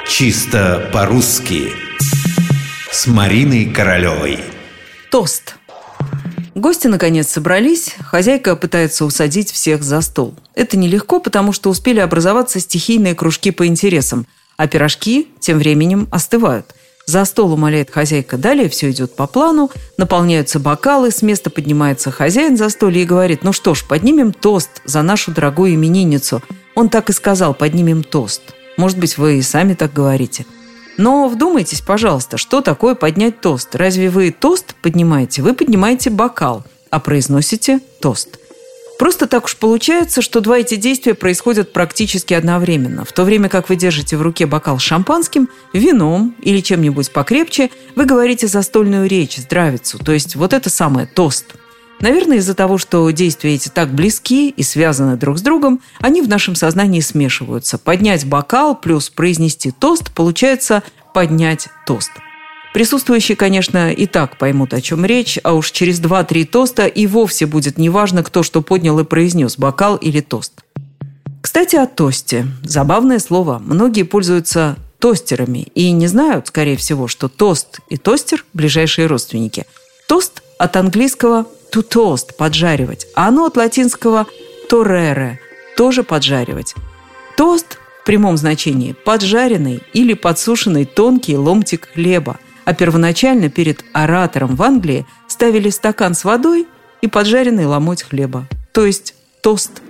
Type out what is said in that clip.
Чисто по-русски с Мариной Королевой. Тост. Гости наконец собрались, хозяйка пытается усадить всех за стол. Это нелегко, потому что успели образоваться стихийные кружки по интересам, а пирожки тем временем остывают. За стол умоляет хозяйка, далее все идет по плану, наполняются бокалы, с места поднимается хозяин за столе и говорит: ну что ж, поднимем тост за нашу дорогую именинницу. Он так и сказал: поднимем тост. Может быть, вы и сами так говорите. Но вдумайтесь, пожалуйста, что такое поднять тост? Разве вы тост поднимаете? Вы поднимаете бокал, а произносите тост. Просто так уж получается, что два эти действия происходят практически одновременно. В то время как вы держите в руке бокал с шампанским, вином или чем-нибудь покрепче, вы говорите застольную речь, здравицу, то есть вот это самое тост. Наверное, из-за того, что действия эти так близки и связаны друг с другом, они в нашем сознании смешиваются. Поднять бокал плюс произнести тост получается поднять тост. Присутствующие, конечно, и так поймут, о чем речь, а уж через 2-3 тоста и вовсе будет неважно, кто что поднял и произнес, бокал или тост. Кстати, о тосте. Забавное слово. Многие пользуются тостерами и не знают, скорее всего, что тост и тостер – ближайшие родственники. Тост от английского to toast – поджаривать, а оно от латинского torrere – тоже поджаривать. Тост в прямом значении – поджаренный или подсушенный тонкий ломтик хлеба. А первоначально перед оратором в Англии ставили стакан с водой и поджаренный ломоть хлеба, то есть тост.